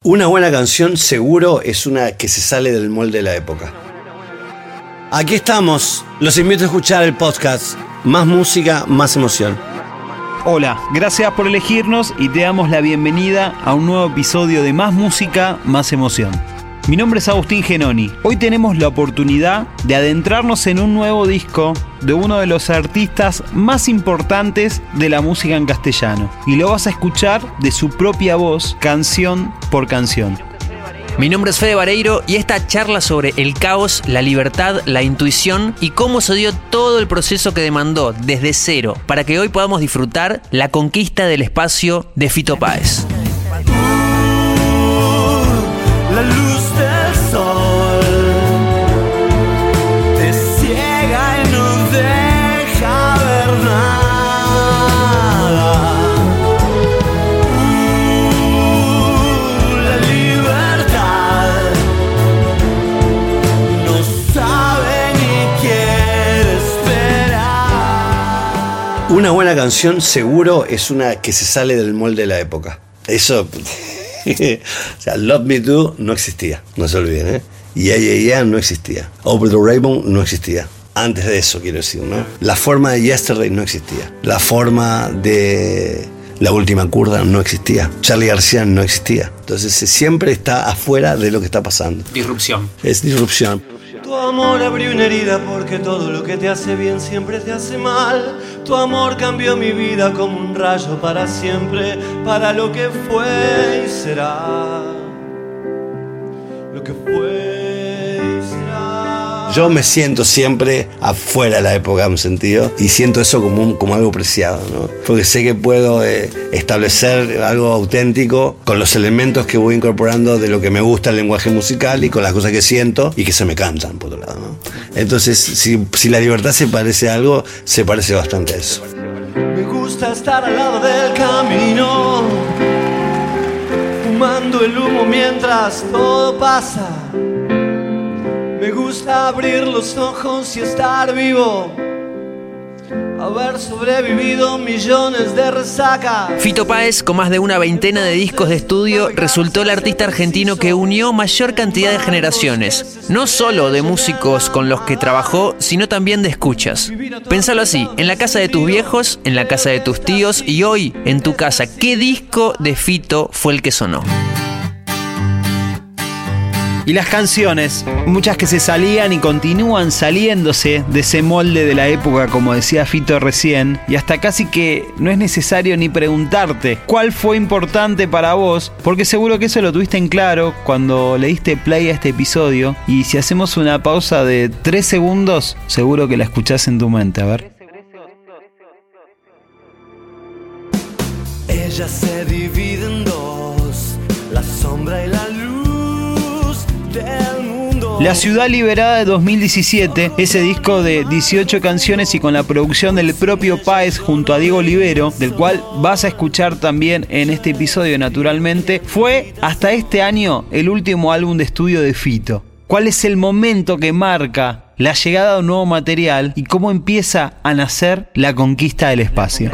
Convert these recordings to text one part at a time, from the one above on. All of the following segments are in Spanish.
Una buena canción seguro es una que se sale del molde de la época. Aquí estamos, los invito a escuchar el podcast Más Música, Más Emoción. Hola, gracias por elegirnos y te damos la bienvenida a un nuevo episodio de Más Música, Más Emoción. Mi nombre es Agustín Genoni. Hoy tenemos la oportunidad de adentrarnos en un nuevo disco de uno de los artistas más importantes de la música en castellano. Y lo vas a escuchar de su propia voz, canción por canción. Mi nombre es Fede Vareiro y esta charla sobre el caos, la libertad, la intuición y cómo se dio todo el proceso que demandó desde cero para que hoy podamos disfrutar la conquista del espacio de Fito Páez. La luz del sol te ciega y no deja ver nada. La libertad no sabe ni quiere esperar. Una buena canción seguro es una que se sale del molde de la época. Eso... O sea, Love Me Do no existía, no se olviden, ¿eh? Yeah, yeah, yeah no existía. Over the Rainbow no existía. Antes de eso, quiero decir, ¿no? La forma de Yesterday no existía. La forma de La Última Curda no existía. Charly García no existía. Entonces siempre está afuera de lo que está pasando. Disrupción. Es disrupción. Tu amor abrió una herida porque todo lo que te hace bien siempre te hace mal. Tu amor cambió mi vida como un rayo para siempre, para lo que fue y será. Lo que fue y será. Yo me siento siempre afuera de la época, en un sentido, y siento eso como algo preciado, ¿no? Porque sé que puedo establecer algo auténtico con los elementos que voy incorporando de lo que me gusta el lenguaje musical y con las cosas que siento y que se me cantan, por otro lado, ¿no? Entonces, si la libertad se parece a algo, se parece bastante a eso. Me gusta estar al lado del camino, fumando el humo mientras todo pasa. Me gusta abrir los ojos y estar vivo, haber sobrevivido millones de resacas. Fito Páez, con más de una veintena de discos de estudio, resultó el artista argentino que unió mayor cantidad de generaciones. No solo de músicos con los que trabajó, sino también de escuchas. Pénsalo así, en la casa de tus viejos, en la casa de tus tíos y hoy en tu casa. ¿Qué disco de Fito fue el que sonó? Y las canciones, muchas que se salían y continúan saliéndose de ese molde de la época, como decía Fito recién, y hasta casi que no es necesario ni preguntarte cuál fue importante para vos, porque seguro que eso lo tuviste en claro cuando le diste play a este episodio, y si hacemos una pausa de 3 segundos, seguro que la escuchás en tu mente, a ver. Ella se divide en dos, la sombra y la luz del mundo. La Ciudad Liberada de 2017, ese disco de 18 canciones y con la producción del propio Páez junto a Diego Olivero, del cual vas a escuchar también en este episodio naturalmente, fue hasta este año el último álbum de estudio de Fito. ¿Cuál es el momento que marca la llegada de un nuevo material y cómo empieza a nacer la conquista del espacio?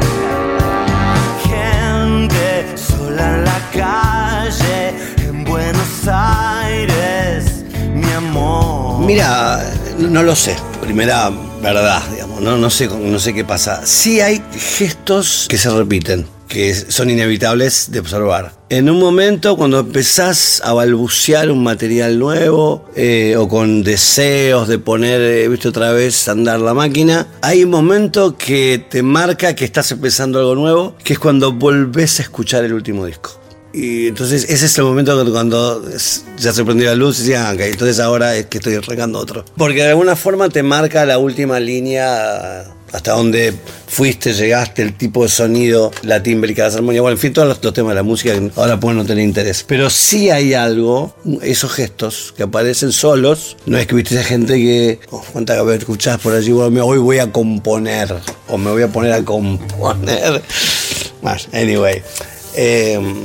Gente sola en la calle, en Buenos Aires, mi amor. Mira, no lo sé. Primera verdad, digamos, no sé qué pasa. Sí hay gestos que se repiten, que son inevitables de observar. En un momento, cuando empezás a balbucear un material nuevo o con deseos de poner, viste, otra vez a andar la máquina, hay un momento que te marca que estás empezando algo nuevo, que es cuando volvés a escuchar el último disco. Y entonces ese es el momento cuando ya se prendió la luz y decía, okay, entonces ahora es que estoy arrancando otro. Porque de alguna forma te marca la última línea, hasta donde fuiste, llegaste, el tipo de sonido, la tímbrica, las armonías, bueno, en fin, todos los temas de la música que ahora pueden no tener interés. Pero sí hay algo, esos gestos que aparecen solos. No es que viste esa gente que, cuánta vez escuchás por allí, bueno, hoy voy a componer, o me voy a poner a componer. Anyway.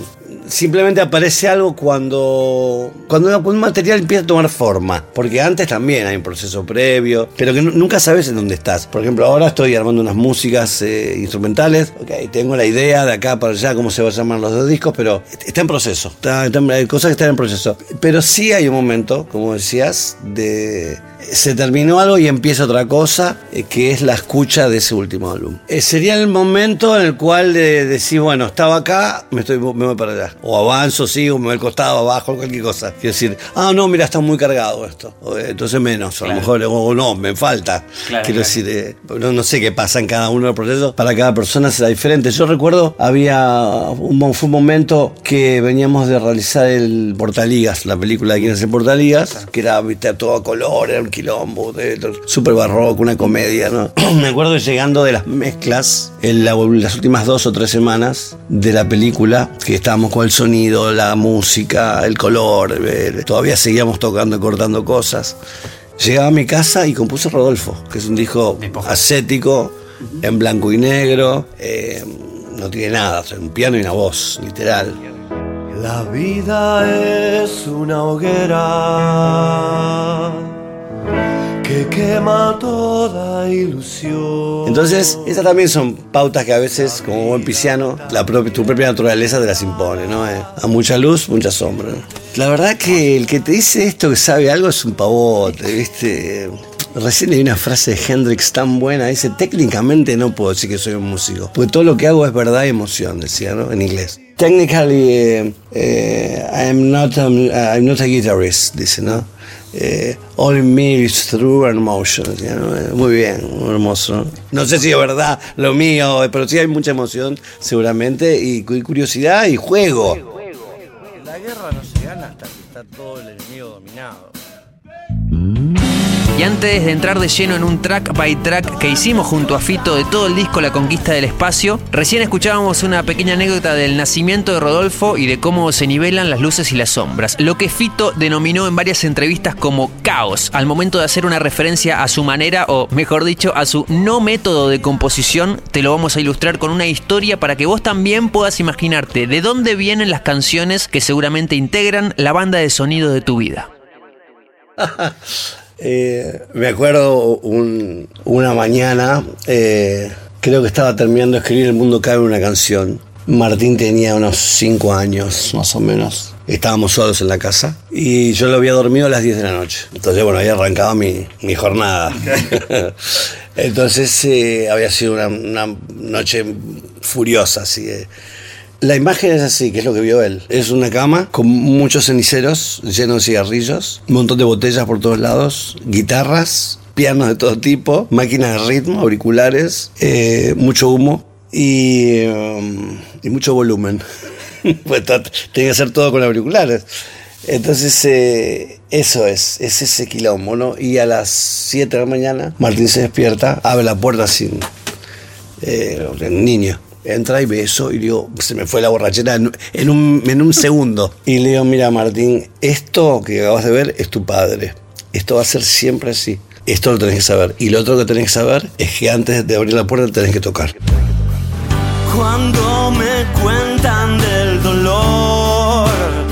simplemente aparece algo cuando un material empieza a tomar forma, porque antes también hay un proceso previo, pero que nunca sabes en dónde estás. Por ejemplo, ahora estoy armando unas músicas instrumentales, tengo la idea de acá para allá cómo se van a llamar los 2 discos, pero está en proceso, hay cosas que están en proceso. Pero sí hay un momento, como decías, se terminó algo y empieza otra cosa, que es la escucha de ese último álbum. Sería el momento en el cual decís, bueno, estaba acá, me voy para allá. O avanzo, sigo, me voy al costado, abajo, cualquier cosa. Quiero decir, no, mira, está muy cargado esto. Entonces menos, a lo mejor, o no, me falta. Quiero decir, no sé qué pasa en cada uno de los procesos, para cada persona será diferente. Yo recuerdo, fue un momento que veníamos de realizar el Portaligas, la película de quién es el Portaligas, que era, viste, todo a color, era un quilombo, súper barroco, una comedia, ¿no? Me acuerdo llegando de las mezclas en las últimas 2 o 3 semanas de la película, que estábamos con el sonido, la música, el color, todavía seguíamos tocando y cortando cosas. Llegaba a mi casa y compuse Rodolfo, que es un disco ascético, en blanco y negro, no tiene nada, un piano y una voz, literal. La vida es una hoguera que quema toda ilusión. Entonces, esas también son pautas que a veces, como buen pisciano, tu propia naturaleza te las impone, ¿no? A mucha luz, mucha sombra. La verdad que el que te dice esto que sabe algo es un pavote, ¿viste? Recién leí una frase de Hendrix tan buena, dice, técnicamente no puedo decir que soy un músico, porque todo lo que hago es verdad y emoción, decía, ¿no? En inglés. Technically, I'm not a guitarist, dice, ¿no? All in me is true and emotion, ¿no? Muy bien, muy hermoso, ¿no? No sé si es verdad lo mío, pero sí hay mucha emoción, seguramente, y curiosidad y juego. La guerra no se gana hasta que está todo el enemigo dominado. Y antes de entrar de lleno en un track by track que hicimos junto a Fito de todo el disco La Conquista del Espacio, recién escuchábamos una pequeña anécdota del nacimiento de Rodolfo y de cómo se nivelan las luces y las sombras, lo que Fito denominó en varias entrevistas como caos, al momento de hacer una referencia a su manera, o mejor dicho, a su no método de composición. Te lo vamos a ilustrar con una historia para que vos también puedas imaginarte de dónde vienen las canciones que seguramente integran la banda de sonido de tu vida. Me acuerdo una mañana, creo que estaba terminando de escribir El mundo cabe en una canción. Martín tenía unos 5 años, más o menos. Estábamos solos en la casa y yo lo había dormido a las 10 de la noche. Entonces, bueno, había arrancado mi jornada. Entonces, había sido una noche furiosa, así de... La imagen es así, que es lo que vio él. Es una cama con muchos ceniceros llenos de cigarrillos, un montón de botellas por todos lados, guitarras, pianos de todo tipo, máquinas de ritmo, auriculares, mucho humo y mucho volumen. Pues tenía que hacer todo con auriculares. Entonces, eso es ese quilombo, ¿no? Y a las 7 de la mañana, Martín se despierta, abre la puerta sin un niño. Entra y beso y digo, se me fue la borrachera en un segundo. Y le digo, mira Martín, esto que acabas de ver es tu padre. Esto va a ser siempre así. Esto lo tenés que saber. Y lo otro que tenés que saber es que antes de abrir la puerta tenés que tocar. Cuando me cuentan del dolor,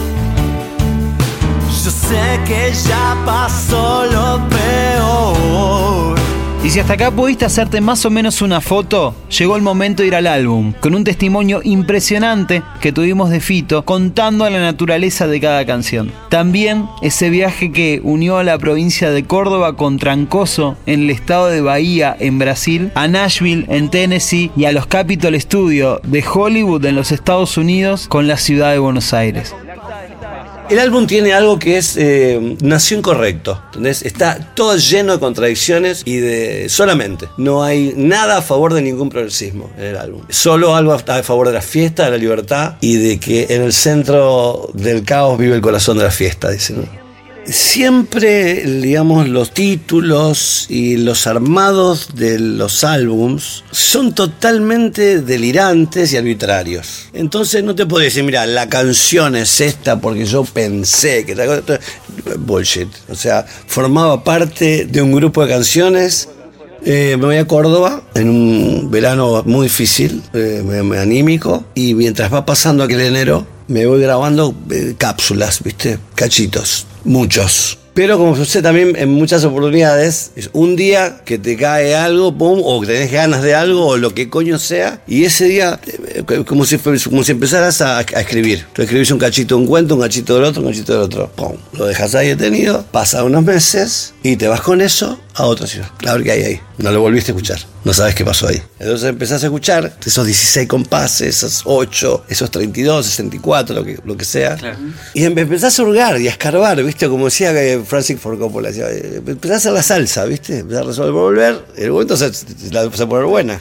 yo sé que ya pasó lo peor. Y si hasta acá pudiste hacerte más o menos una foto, llegó el momento de ir al álbum, con un testimonio impresionante que tuvimos de Fito, contando la naturaleza de cada canción. También ese viaje que unió a la provincia de Córdoba con Trancoso, en el estado de Bahía, en Brasil, a Nashville, en Tennessee, y a los Capitol Studios de Hollywood, en los Estados Unidos, con la ciudad de Buenos Aires. El álbum tiene algo que es nació incorrecto, ¿entendés? Está todo lleno de contradicciones y solamente. No hay nada a favor de ningún progresismo en el álbum. Solo algo a favor de la fiesta, de la libertad y de que en el centro del caos vive el corazón de la fiesta, dicen, ¿no? Siempre, digamos, los títulos y los armados de los álbums son totalmente delirantes y arbitrarios. Entonces no te puedo decir, mira, la canción es esta porque yo pensé que... Bullshit. O sea, formaba parte de un grupo de canciones. Me voy a Córdoba en un verano muy difícil, muy anímico, y mientras va pasando aquel enero, me voy grabando cápsulas, ¿viste? Cachitos, muchos. Pero como sucede también en muchas oportunidades, es un día que te cae algo, pum, o que tenés ganas de algo, o lo que coño sea, y ese día, como si empezaras a escribir. Tú escribís un cachito de un cuento, un cachito del otro, un cachito del otro. Pum, lo dejas ahí detenido, pasan unos meses, y te vas con eso a otra ciudad. A ver qué hay ahí. No lo volviste a escuchar. No sabes qué pasó ahí. Entonces empezás a escuchar esos 16 compases, esos 8, esos 32, 64, lo que sea. Claro. Y empezás a hurgar y a escarbar, ¿viste? Como decía Francis Ford Coppola. Empezás a hacer la salsa, ¿viste? Empezás a resolver. Y el momento se pone buena.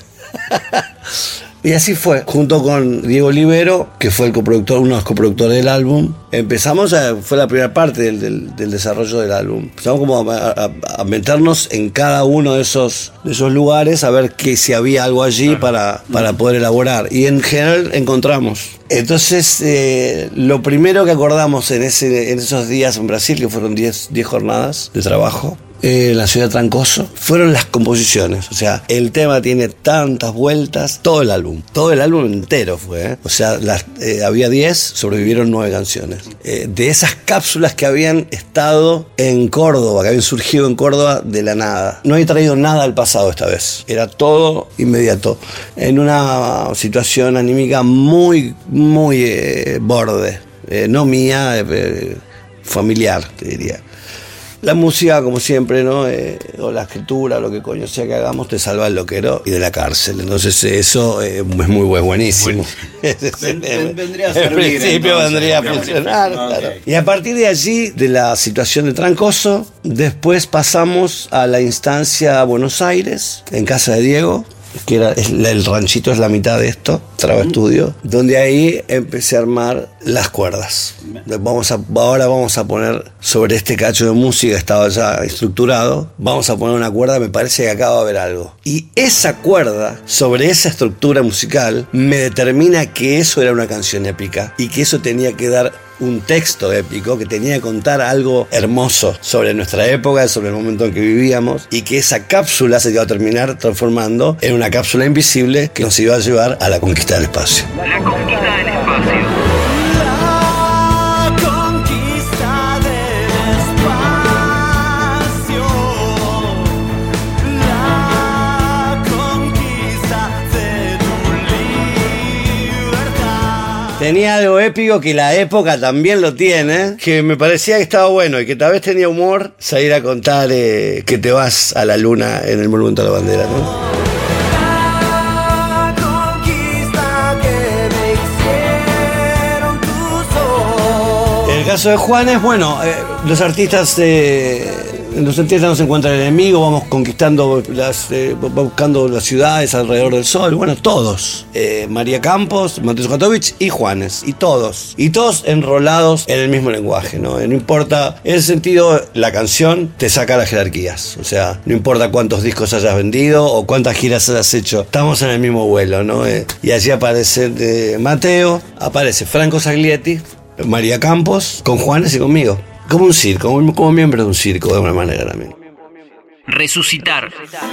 Y así fue, junto con Diego Olivero, que fue el coproductor, uno de los coproductores del álbum. Fue la primera parte del desarrollo del álbum. Empezamos como a meternos en cada uno de esos lugares, a ver si había algo allí para poder elaborar. Y en general encontramos. Entonces, lo primero que acordamos en esos días en Brasil, que fueron 10 jornadas de trabajo, en la ciudad de Trancoso, fueron las composiciones. O sea, el tema tiene tantas vueltas, todo el álbum entero fue, O sea, había 10, sobrevivieron 9 canciones. De esas cápsulas que habían estado en Córdoba, que habían surgido en Córdoba de la nada. No he traído nada al pasado esta vez, era todo inmediato, en una situación anímica muy, muy borde, no mía, familiar, te diría. La música, como siempre, ¿no? O la escritura, lo que coño sea que hagamos, te salva del loquero y de la cárcel. Entonces eso es buenísimo. Vendría a servir. En principio vendría a funcionar. Claro. Okay. Y a partir de allí, de la situación de Trancoso, después pasamos a la instancia Buenos Aires, en casa de Diego, que el ranchito es la mitad de esto, Traba Estudio, donde ahí empecé a armar las cuerdas. Ahora vamos a poner sobre este cacho de música, estaba ya estructurado, vamos a poner una cuerda, me parece que acá va a haber algo. Y esa cuerda, sobre esa estructura musical, me determina que eso era una canción épica y que eso tenía que dar un texto épico, que tenía que contar algo hermoso sobre nuestra época, sobre el momento en que vivíamos, y que esa cápsula se iba a terminar transformando en una cápsula invisible que nos iba a llevar a la conquista del espacio. La conquista del espacio. Tenía algo épico que la época también lo tiene, que me parecía que estaba bueno y que tal vez tenía humor salir a contar que te vas a la luna en el Monumento a la Bandera, ¿no? En el caso de Juanes, bueno, los artistas no se encuentra el enemigo, vamos conquistando buscando las ciudades alrededor del sol, bueno, todos, María Campos, Mateo Zujatovich y Juanes, y todos enrolados en el mismo lenguaje, ¿no? No importa, en ese sentido, la canción te saca las jerarquías, o sea, no importa cuántos discos hayas vendido o cuántas giras hayas hecho, estamos en el mismo vuelo, ¿no? Y allí aparece Mateo, aparece Franco Saglietti, María Campos, con Juanes y conmigo. Como un circo, como miembro de un circo, de alguna manera también. Resucitar.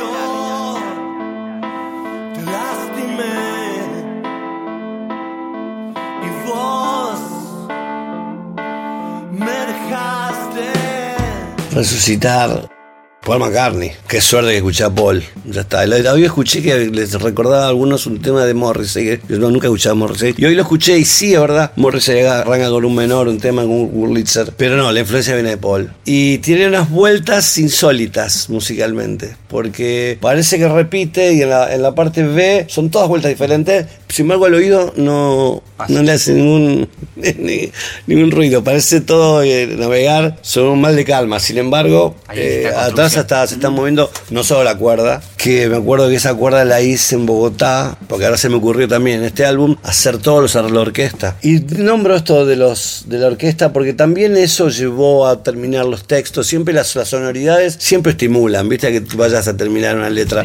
Resucitar. Paul McCartney, qué suerte que escuché a Paul, ya está. Hoy escuché que les recordaba a algunos un tema de Morrissey, que yo nunca escuchaba a Morrissey, y hoy lo escuché y sí, es verdad, Morrissey arranca con un menor, un tema con un Wurlitzer, pero no, la influencia viene de Paul. Y tiene unas vueltas insólitas musicalmente, porque parece que repite y en la parte B son todas vueltas diferentes, sin embargo al oído no le hace ningún ruido, parece todo navegar sobre un mal de calma, sin embargo, atrás se está moviendo no solo la cuerda, que me acuerdo que esa cuerda la hice en Bogotá, porque ahora se me ocurrió también en este álbum hacer todos los arreglos de orquesta. Y nombro esto de la orquesta porque también eso llevó a terminar los textos. Siempre las sonoridades siempre estimulan, viste, a que tú vayas a terminar una letra.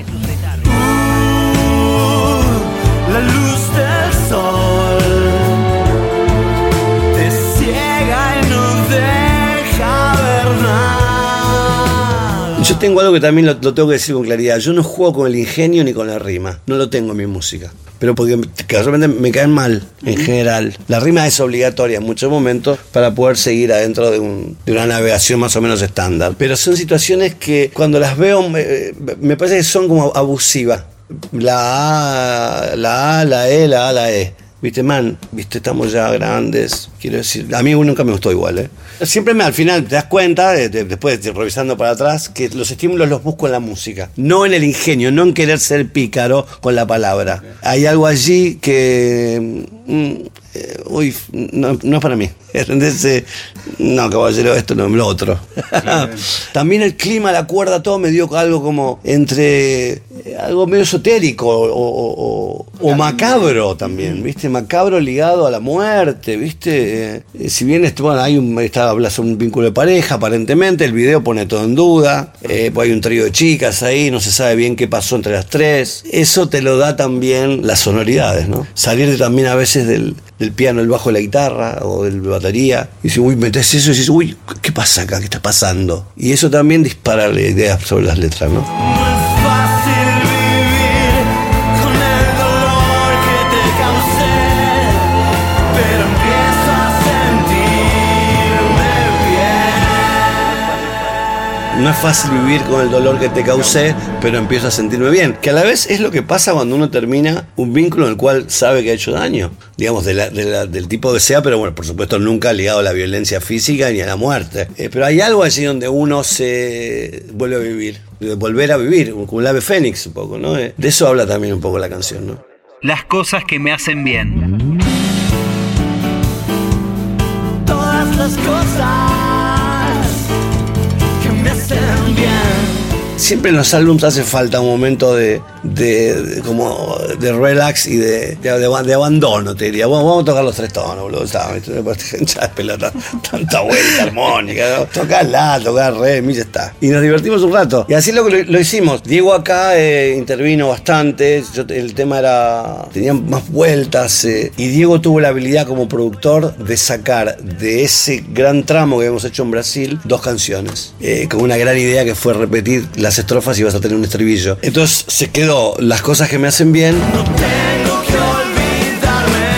La luz del sol te ciega y no deja ver nada. Yo tengo algo que también lo tengo que decir con claridad. Yo no juego con el ingenio ni con la rima. No lo tengo en mi música. pero porque casualmente me caen mal en general. La rima es obligatoria en muchos momentos para poder seguir adentro de una navegación más o menos estándar. Pero son situaciones que cuando las veo me parece que son como abusivas. La A, la E, la A, la E. Viste, estamos ya grandes. Quiero decir, a mí nunca me gustó igual, Siempre al final te das cuenta, después revisando para atrás, que los estímulos los busco en la música, no en el ingenio, no en querer ser pícaro con la palabra. Hay algo allí que no es para mí. ¿Entendés? No, caballero, esto no es lo otro. También el clima, la cuerda, todo me dio algo como entre algo medio esotérico o macabro también, ¿viste? Macabro ligado a la muerte, ¿viste? Si bien hay un vínculo de pareja, aparentemente, el video pone todo en duda, pues hay un trío de chicas ahí, no se sabe bien qué pasó entre las tres. Eso te lo da también las sonoridades, ¿no? Salir también a veces del piano, el bajo, la guitarra o del batería, y dices, metés eso y dices, ¿qué pasa acá? ¿Qué está pasando? Y eso también dispara ideas sobre las letras, ¿no? No es fácil vivir con el dolor que te causé, pero empiezo a sentirme bien. Que a la vez es lo que pasa cuando uno termina un vínculo en el cual sabe que ha hecho daño. Digamos, del tipo que sea, pero bueno, por supuesto nunca ligado a la violencia física ni a la muerte. Pero hay algo allí donde uno se vuelve a vivir. Volver a vivir, como el ave fénix un poco, ¿no? De eso habla también un poco la canción, ¿no? Las cosas que me hacen bien. Todas las cosas siempre en los álbumes hace falta un momento de relax y de abandono, te diría. Bueno, vamos a tocar los tres tonos, boludo, ¿sabes? Hincha de pelota, tanta vuelta armónica, ¿no? Tocar re, y ya está. Y nos divertimos un rato. Y así lo hicimos. Diego acá intervino bastante. El tema tenía más vueltas. Y Diego tuvo la habilidad como productor de sacar de ese gran tramo que hemos hecho en Brasil 2 canciones. Con una gran idea que fue repetir las estrofas y vas a tener un estribillo. Entonces se quedó Las cosas que me hacen bien. No tengo que olvidarme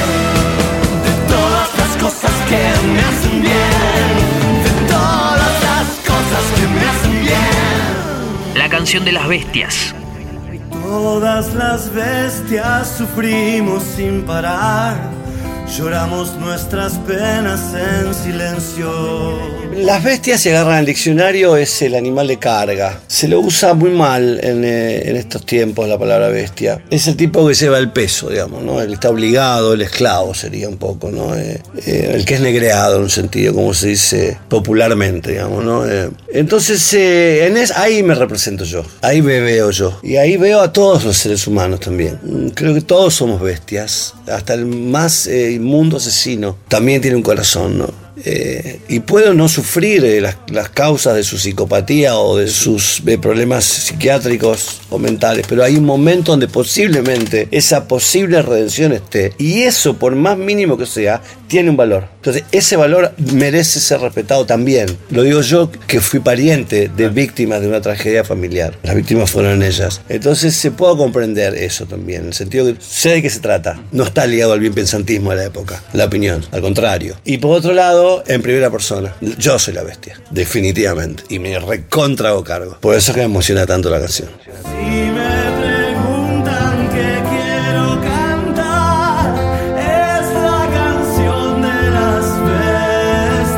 de todas las cosas que me hacen bien, de todas las cosas que me hacen bien. La canción de las bestias. Todas las bestias sufrimos sin parar, lloramos nuestras penas en silencio. Las bestias, se agarran al diccionario, es el animal de carga. Se lo usa muy mal en estos tiempos la palabra bestia. Es el tipo que lleva el peso, digamos, ¿no? El que está obligado, el esclavo sería un poco, ¿no? El que es negreado en un sentido, como se dice popularmente, digamos, ¿no? Entonces, ahí me represento yo, ahí me veo yo. Y ahí veo a todos los seres humanos también. Creo que todos somos bestias, hasta el más inmundo asesino también tiene un corazón, ¿no? Y puedo no sufrir las causas de su psicopatía o de sus problemas psiquiátricos o mentales, pero hay un momento donde posiblemente esa posible redención esté, y eso, por más mínimo que sea, tiene un valor. Entonces ese valor merece ser respetado también. Lo digo yo, que fui pariente de víctimas de una tragedia familiar. Las víctimas fueron ellas. Entonces se puede comprender eso también, en el sentido que sé de qué se trata. No está ligado al bienpensantismo de la época, la opinión, al contrario. Y por otro lado, en primera persona, yo soy la bestia, definitivamente, y me recontra hago cargo. Por eso es que me emociona tanto la canción. Si me preguntan qué quiero cantar, es la canción de las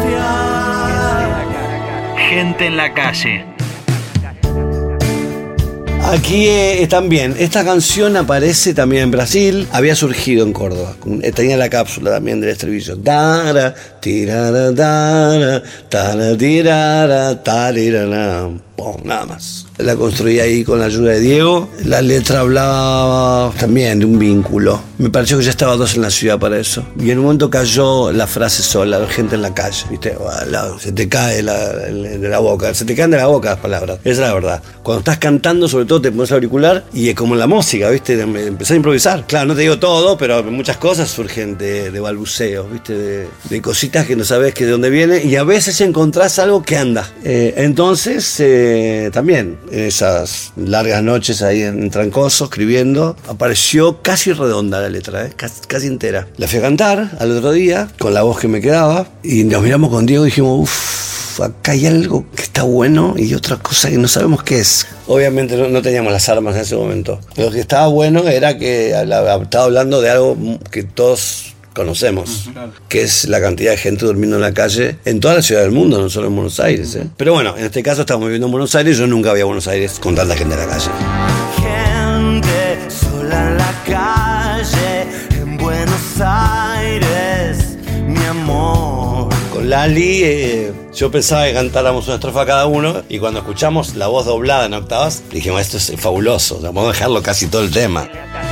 bestias. Gente en la calle. Aquí también, esta canción aparece también en Brasil, había surgido en Córdoba, tenía la cápsula también del estribillo. Dara, tirara, dara, tara, tirara, tarirara. Nada más. La construí ahí con la ayuda de Diego. La letra hablaba también de un vínculo. Me pareció que ya estaba dos en la ciudad para eso. Y en un momento cayó la frase sola, gente en la calle, ¿viste? Se te cae de la boca, se te caen de la boca las palabras. Esa es la verdad. Cuando estás cantando, sobre todo, te pones el auricular y es como en la música, ¿viste? Empezás a improvisar. Claro, no te digo todo, pero muchas cosas surgen de balbuceos, ¿viste? De cositas que no sabes de dónde viene, y a veces encontrás algo que anda. Entonces, también en esas largas noches ahí en Trancoso, escribiendo, apareció casi redonda la letra, casi entera. La fui a cantar al otro día, con la voz que me quedaba, y nos miramos con Diego y dijimos, uff, acá hay algo que está bueno y otra cosa que no sabemos qué es. Obviamente no teníamos las armas en ese momento. Lo que estaba bueno era que estaba hablando de algo que todos conocemos, que es la cantidad de gente durmiendo en la calle en toda la ciudad del mundo, no solo en Buenos Aires. Pero bueno, en este caso estamos viviendo en Buenos Aires, yo nunca había Buenos Aires con tanta gente en la calle. Gente sola en la calle, en Buenos Aires, mi amor. Con Lali, yo pensaba que cantáramos una estrofa cada uno, y cuando escuchamos la voz doblada en octavas, dijimos, esto es fabuloso, o sea, podemos dejarlo casi todo el tema.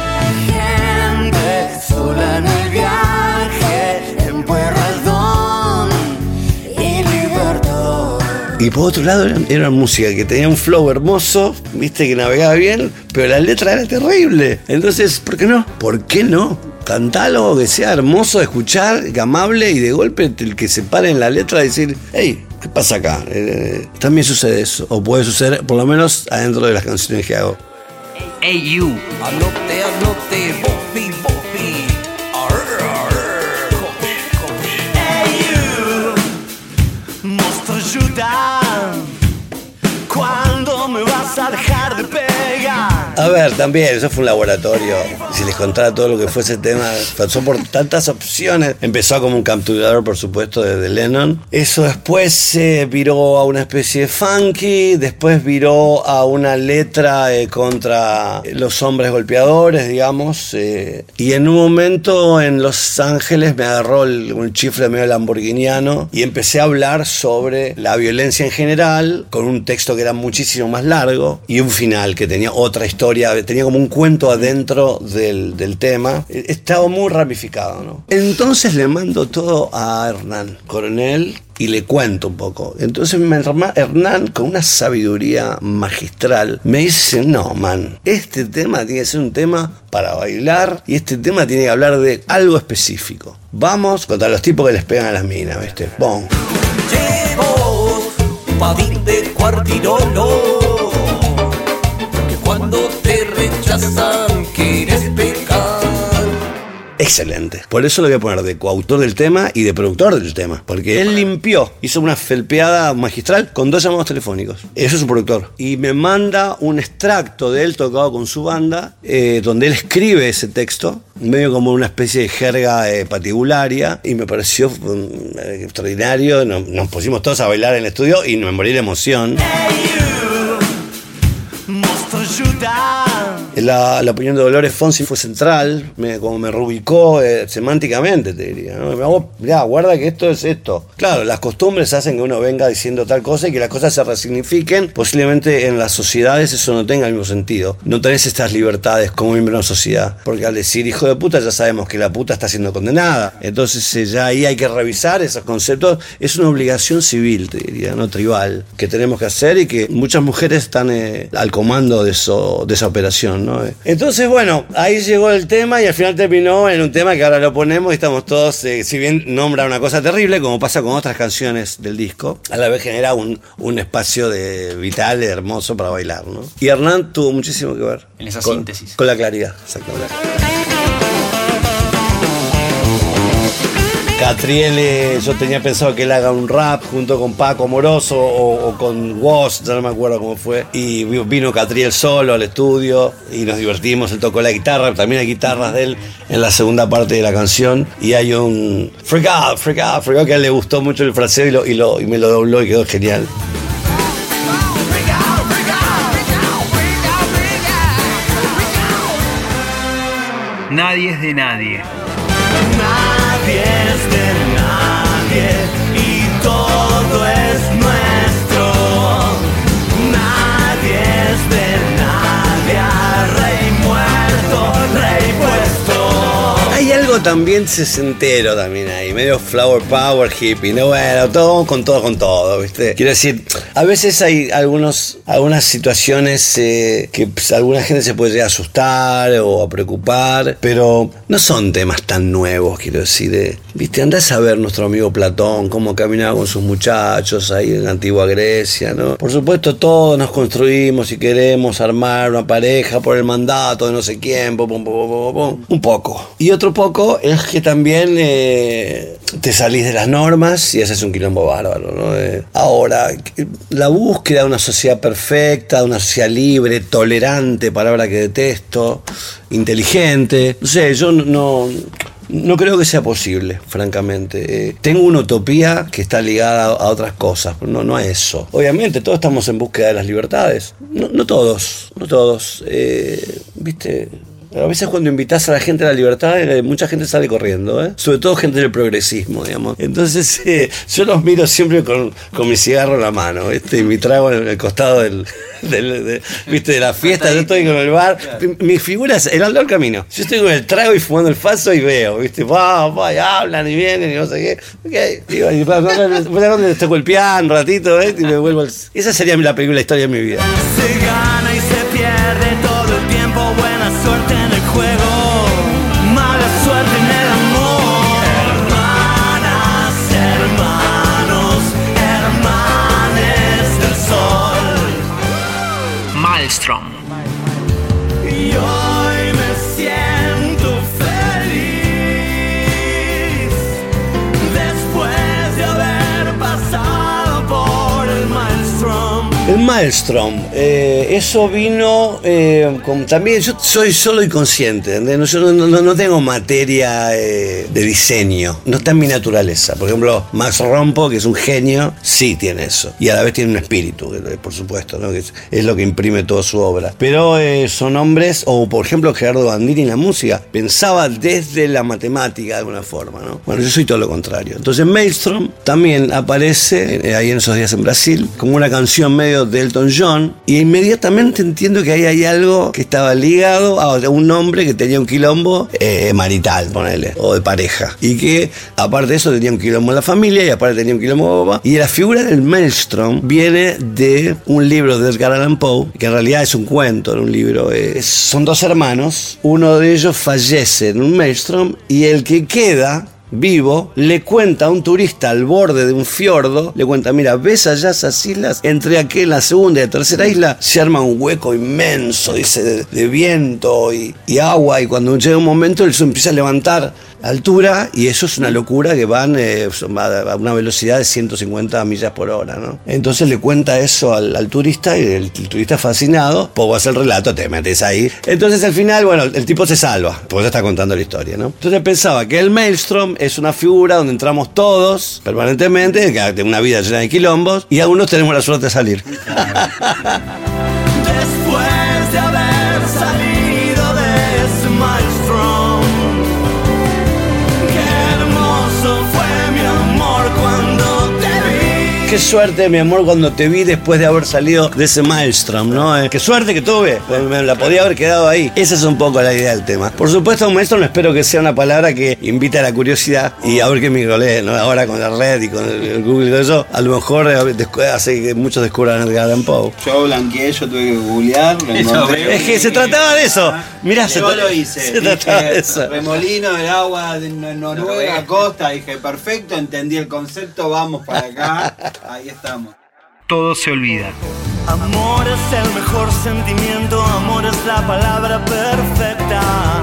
Gente sola en el viaje, en Pueyrredón y Libertad. Y por otro lado era música que tenía un flow hermoso, viste, que navegaba bien, pero la letra era terrible. Entonces, ¿por qué no? ¿Por qué no? Cantalo, que sea hermoso de escuchar, amable, y de golpe el que se pare en la letra y decir, hey, ¿qué pasa acá? También sucede eso, o puede suceder por lo menos adentro de las canciones que hago. Hey you. Anote, bofi. Hey you, monstruo ayuda. ¿Cuándo me vas a dejar de pegar? A ver, también, eso fue un laboratorio. Si les contara todo lo que fue ese tema, pasó por tantas opciones. Empezó como un capturador, por supuesto, de Lennon. Eso después viró a una especie de funky, después viró a una letra contra los hombres golpeadores, digamos. Y en un momento en Los Ángeles me agarró un chifle medio lamborghiniano y empecé a hablar sobre la violencia en general, con un texto que era muchísimo más largo y un final que tenía otra historia, tenía como un cuento adentro del tema. Estaba muy ramificado, ¿no? Entonces le mando todo a Hernán Coronel y le cuento un poco. Entonces Hernán, con una sabiduría magistral, me dice, no, man, este tema tiene que ser un tema para bailar y este tema tiene que hablar de algo específico. Vamos contra los tipos que les pegan a las minas, ¿viste? Bon. Llevo padín de cuartirolo, que cuando te rechazan quieres pecar. Excelente. Por eso lo voy a poner de coautor del tema y de productor del tema. Porque él limpió, hizo una felpeada magistral con 2 llamados telefónicos. Eso es su productor. Y me manda un extracto de él tocado con su banda, donde él escribe ese texto, medio como una especie de jerga patibularia, y me pareció extraordinario. Nos pusimos todos a bailar en el estudio y me morí de emoción. La opinión de Dolores Fonsi fue central, como me reubicó semánticamente, te diría, ¿no? Mirá, guarda que esto es esto. Claro, las costumbres hacen que uno venga diciendo tal cosa y que las cosas se resignifiquen. Posiblemente en las sociedades eso no tenga el mismo sentido. No tenés estas libertades como miembro de una sociedad, porque al decir hijo de puta ya sabemos que la puta está siendo condenada. Entonces ya ahí hay que revisar esos conceptos. Es una obligación civil, te diría, no tribal, que tenemos que hacer y que muchas mujeres están al comando de esa operación, ¿no? Entonces, bueno, ahí llegó el tema y al final terminó en un tema que ahora lo ponemos y estamos todos, si bien nombra una cosa terrible, como pasa con otras canciones del disco, a la vez genera un espacio vital, hermoso para bailar, ¿no? Y Hernán tuvo muchísimo que ver en esa síntesis. Con la claridad, exactamente. Catriel, yo tenía pensado que él haga un rap junto con Paco Moroso o con Woz, ya no me acuerdo cómo fue. Y vino Catriel solo al estudio y nos divertimos, él tocó la guitarra, también hay guitarras de él en la segunda parte de la canción. Y hay un freak out, que a él le gustó mucho el fraseo y me lo dobló y quedó genial. Nadie es de nadie. Nadie es de nadie y todo es nuestro. Nadie es de nadie, rey muerto, rey puesto. Hay algo también sesentero también ahí, medio flower power hippie, ¿no? Bueno, todo con todo, ¿viste? Quiero decir, a veces hay algunas situaciones que pues, alguna gente se puede llegar a asustar o a preocupar, pero no son temas tan nuevos, quiero decir, ¿viste? Andás a ver nuestro amigo Platón, cómo caminaba con sus muchachos ahí en la antigua Grecia, ¿no? Por supuesto, todos nos construimos y queremos armar una pareja por el mandato de no sé quién, un poco. Y otro poco es que también te salís de las normas y haces un quilombo bárbaro, ¿no? Ahora, la búsqueda de una sociedad perfecta, de una sociedad libre, tolerante, palabra que detesto, inteligente, no sé, yo no creo que sea posible, francamente. Tengo una utopía que está ligada a otras cosas, no a eso. Obviamente, todos estamos en búsqueda de las libertades. No todos. ¿Viste? A veces cuando invitas a la gente a la libertad, mucha gente sale corriendo, ¿eh? Sobre todo gente del progresismo, digamos. Entonces, yo los miro siempre con mi cigarro en la mano, ¿viste? Y mi trago en el costado ¿viste? De la fiesta. Yo estoy con el bar. Mi figura es el Aldor Camino. Yo estoy con el trago y fumando el faso y veo, ¿viste? Y hablan y vienen y no sé qué. Okay. Digo, y donde estoy golpeando un ratito, ¿eh? Y me vuelvo Esa sería la película, la historia de mi vida. Se gana y se pierde todo el tiempo, buena suerte en el juego, mala suerte en el amor. Hermanas, hermanos, hermanes del sol. Maelstrom. Y hoy me siento feliz después de haber pasado por el Maelstrom. El Maelstrom, eso vino también, yo soy solo y consciente, ¿entendés? Yo no tengo materia de diseño, no está en mi naturaleza. Por ejemplo, Max Rompo, que es un genio, sí tiene eso, y a la vez tiene un espíritu, por supuesto, ¿no? Que es lo que imprime toda su obra. Pero son hombres, o por ejemplo Gerardo Bandini en la música, pensaba desde la matemática de alguna forma, ¿no? Bueno, yo soy todo lo contrario. Entonces Maelstrom también aparece ahí en esos días en Brasil, como una canción medio de Elton John, y inmediatamente entiendo que ahí hay algo que estaba ligado a un hombre que tenía un quilombo marital, ponele, o de pareja, y que aparte de eso tenía un quilombo en la familia y aparte tenía un quilombo de papá. Y la figura del Maelstrom viene de un libro de Edgar Allan Poe, que en realidad es un cuento, en un libro. Son dos hermanos, uno de ellos fallece en un Maelstrom y el que queda vivo le cuenta a un turista al borde de un fiordo, le cuenta: mira, ves allá esas islas, entre la segunda y la tercera isla se arma un hueco inmenso, dice, de viento y agua, y cuando llega un momento él se empieza a levantar altura y eso es una locura, que van a una velocidad de 150 millas por hora, ¿no? Entonces le cuenta eso al turista y el turista fascinado, pues hace el relato, te metes ahí. Entonces al final, bueno, el tipo se salva, pues ya está contando la historia, ¿no? Entonces pensaba que el Maelstrom es una figura donde entramos todos permanentemente, que de una vida llena de quilombos, y algunos tenemos la suerte de salir. Después de haber salido de ese Maelstrom, qué hermoso fue mi amor cuando te vi. Qué suerte, mi amor, cuando te vi después de haber salido de ese Maelstrom, ¿no? Qué suerte que tuve, me la podía haber quedado ahí. Esa es un poco la idea del tema. Por supuesto, un Maelstrom espero que sea una palabra que invite a la curiosidad y a ver qué me rolé, ¿no? Ahora con la red y con el Google y todo eso, a lo mejor hace que muchos descubran Edgar Allan Poe. Yo blanqueé, yo tuve que googlear. Es que se trataba de eso. Mirá, yo lo hice. Se trataba de eso. Remolino del agua de Noruega, costa. Dije, perfecto, entendí el concepto, vamos para acá. Ahí estamos. Todo se olvida. Amor es el mejor sentimiento, amor es la palabra perfecta.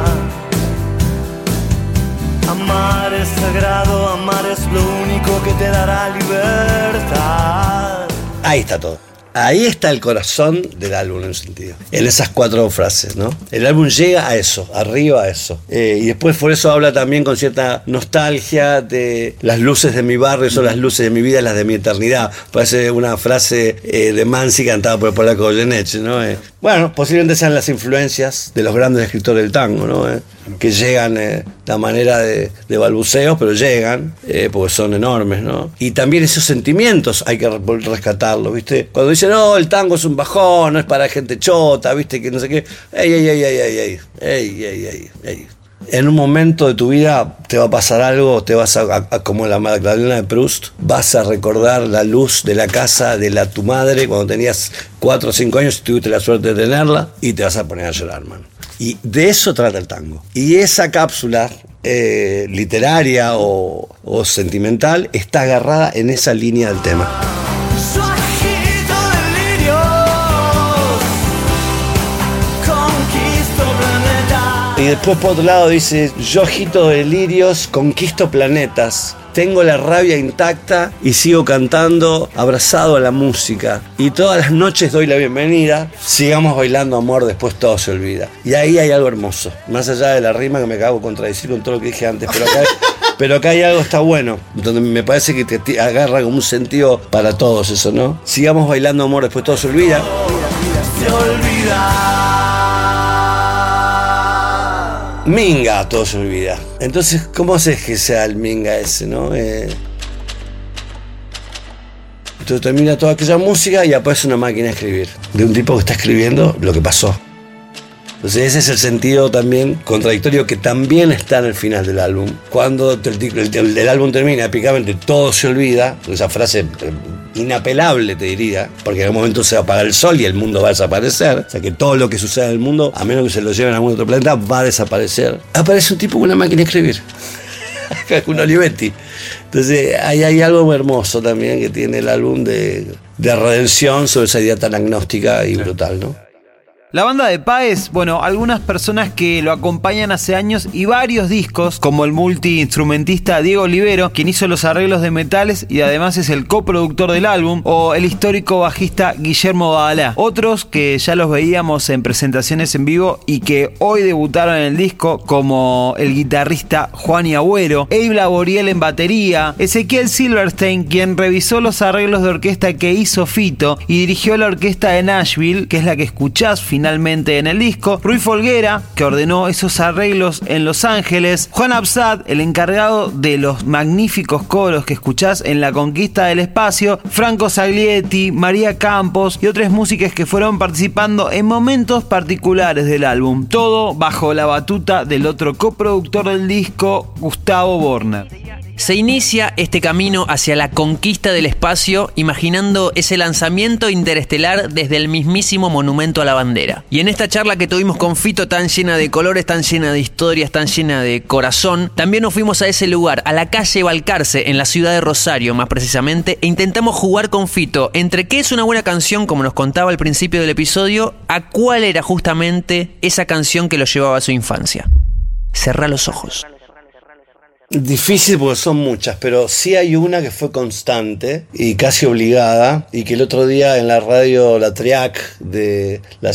Amar es sagrado, amar es lo único que te dará libertad. Ahí está todo. Ahí está el corazón del álbum en un sentido. En esas 4 frases, ¿no? El álbum llega a eso, arriba a eso. Y después por eso habla también con cierta nostalgia de las luces de mi barrio, son las luces de mi vida, las de mi eternidad. Parece una frase de Mansi cantada por el polaco Goyeneche, ¿no? Bueno, posiblemente sean las influencias de los grandes escritores del tango, ¿no? Que llegan de manera de balbuceos, pero llegan, porque son enormes, ¿no? Y también esos sentimientos hay que rescatarlos, ¿viste? Cuando dicen, no, el tango es un bajón, no es para gente chota, ¿viste? Que no sé qué. ¡Ey! En un momento de tu vida te va a pasar algo, te vas como la Magdalena de Proust, vas a recordar la luz de la casa de tu madre cuando tenías 4 o 5 años y tuviste la suerte de tenerla, y te vas a poner a llorar, man. Y de eso trata el tango. Y esa cápsula literaria o sentimental está agarrada en esa línea del tema. Y después por otro lado dice: yo agito delirios, conquisto planetas, tengo la rabia intacta y sigo cantando abrazado a la música. Y todas las noches doy la bienvenida, sigamos bailando amor, después todo se olvida. Y ahí hay algo hermoso, más allá de la rima que me acabo de contradecir con todo lo que dije antes, pero acá hay algo está bueno, donde me parece que te agarra como un sentido para todos eso, ¿no? Sigamos bailando amor, después todo se olvida. Se olvida. Minga, todo se olvida. Entonces, ¿cómo haces que sea el minga ese, no? Entonces termina toda aquella música y aparece una máquina de escribir, de un tipo que está escribiendo lo que pasó. Entonces ese es el sentido también contradictorio que también está en el final del álbum. Cuando el álbum termina, épicamente todo se olvida, esa frase inapelable te diría, porque en algún momento se va a apagar el sol y el mundo va a desaparecer. O sea que todo lo que sucede en el mundo, a menos que se lo lleven a algún otro planeta, va a desaparecer. Aparece un tipo con una máquina de escribir, un Olivetti. Entonces hay algo hermoso también que tiene el álbum de redención sobre esa idea tan agnóstica y brutal, ¿no? La banda de Páez, bueno, algunas personas que lo acompañan hace años y varios discos, como el multiinstrumentista Diego Olivero, quien hizo los arreglos de metales y además es el coproductor del álbum, o el histórico bajista Guillermo Badalá. Otros que ya los veíamos en presentaciones en vivo y que hoy debutaron en el disco, como el guitarrista Juan Agüero, Abe Laboriel en batería, Ezequiel Silverstein, quien revisó los arreglos de orquesta que hizo Fito y dirigió la orquesta de Nashville, que es la que escuchás finalmente en el disco, Rui Folguera, que ordenó esos arreglos en Los Ángeles, Juan Absad, el encargado de los magníficos coros que escuchás en La Conquista del Espacio, Franco Saglietti, María Campos y otras músicas que fueron participando en momentos particulares del álbum, todo bajo la batuta del otro coproductor del disco, Gustavo Borner. Se inicia este camino hacia la conquista del espacio imaginando ese lanzamiento interestelar desde el mismísimo monumento a la bandera. Y en esta charla que tuvimos con Fito, tan llena de colores, tan llena de historias, tan llena de corazón, también nos fuimos a ese lugar, a la calle Balcarce, en la ciudad de Rosario más precisamente, e intentamos jugar con Fito entre qué es una buena canción, como nos contaba al principio del episodio, a cuál era justamente esa canción que lo llevaba a su infancia. Cerrá los ojos. Difícil porque son muchas, pero sí hay una que fue constante y casi obligada, y que el otro día en la radio La Triac de la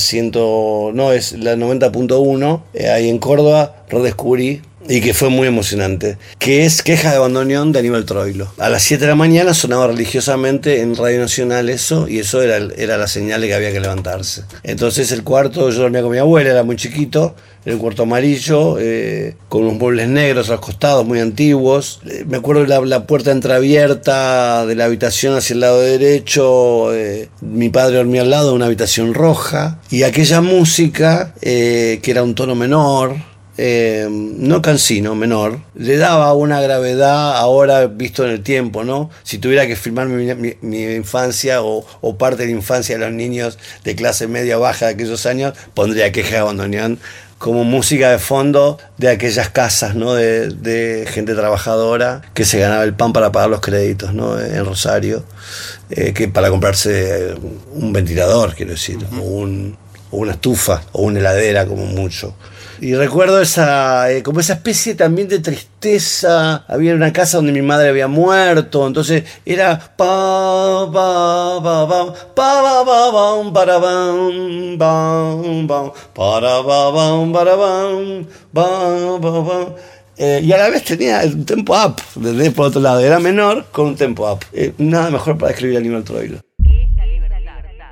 90.1 ahí en Córdoba redescubrí, y que fue muy emocionante, que es Queja de Bandoneón de Aníbal Troilo. A las 7 de la mañana sonaba religiosamente en Radio Nacional eso, y eso era la señal de que había que levantarse. Entonces el cuarto, yo dormía con mi abuela, era muy chiquito, era un cuarto amarillo, con unos muebles negros a los costados, muy antiguos. Me acuerdo de la puerta entreabierta de la habitación hacia el lado derecho, mi padre dormía al lado de una habitación roja, y aquella música, que era un tono menor, no cansino, menor, le daba una gravedad ahora visto en el tiempo, ¿no? Si tuviera que filmar mi infancia o parte de la infancia de los niños de clase media baja de aquellos años, pondría Queja de Bandoneón como música de fondo de aquellas casas, ¿no? de gente trabajadora que se ganaba el pan para pagar los créditos, ¿no? En Rosario, que para comprarse un ventilador, quiero decir, o una estufa o una heladera como mucho. Y recuerdo como esa especie también de tristeza. Había una casa donde mi madre había muerto, entonces era pa pa pa pa pa pa pa para bam bam bam para bam para bam bam bam. Y a la vez tenía un tempo up, desde por otro lado, era menor con un tempo up. Nada mejor para escribir a Aníbal Troilo.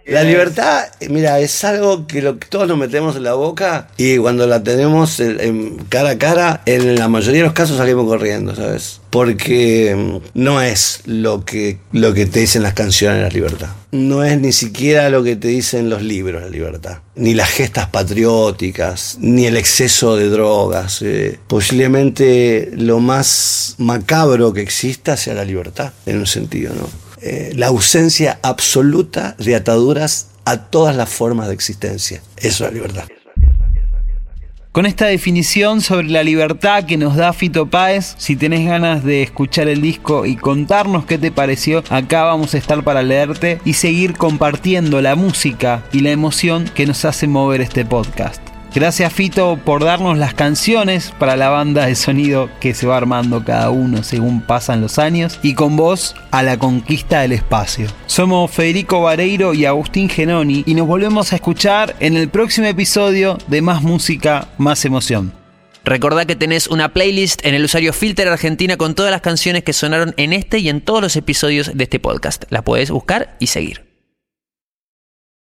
La libertad, mira, es algo que todos nos metemos en la boca y cuando la tenemos en cara a cara, en la mayoría de los casos salimos corriendo, ¿sabes? Porque no es lo que te dicen las canciones la libertad. No es ni siquiera lo que te dicen los libros la libertad. Ni las gestas patrióticas, ni el exceso de drogas. Posiblemente lo más macabro que exista sea la libertad, en un sentido, ¿no? La ausencia absoluta de ataduras a todas las formas de existencia. Eso es la libertad. Con esta definición sobre la libertad que nos da Fito Páez, si tenés ganas de escuchar el disco y contarnos qué te pareció, acá vamos a estar para leerte y seguir compartiendo la música y la emoción que nos hace mover este podcast. Gracias, Fito, por darnos las canciones para la banda de sonido que se va armando cada uno según pasan los años, y con vos a la conquista del espacio. Somos Federico Vareiro y Agustín Genoni y nos volvemos a escuchar en el próximo episodio de Más Música, Más Emoción. Recordá que tenés una playlist en el usuario Filter Argentina con todas las canciones que sonaron en este y en todos los episodios de este podcast. La podés buscar y seguir.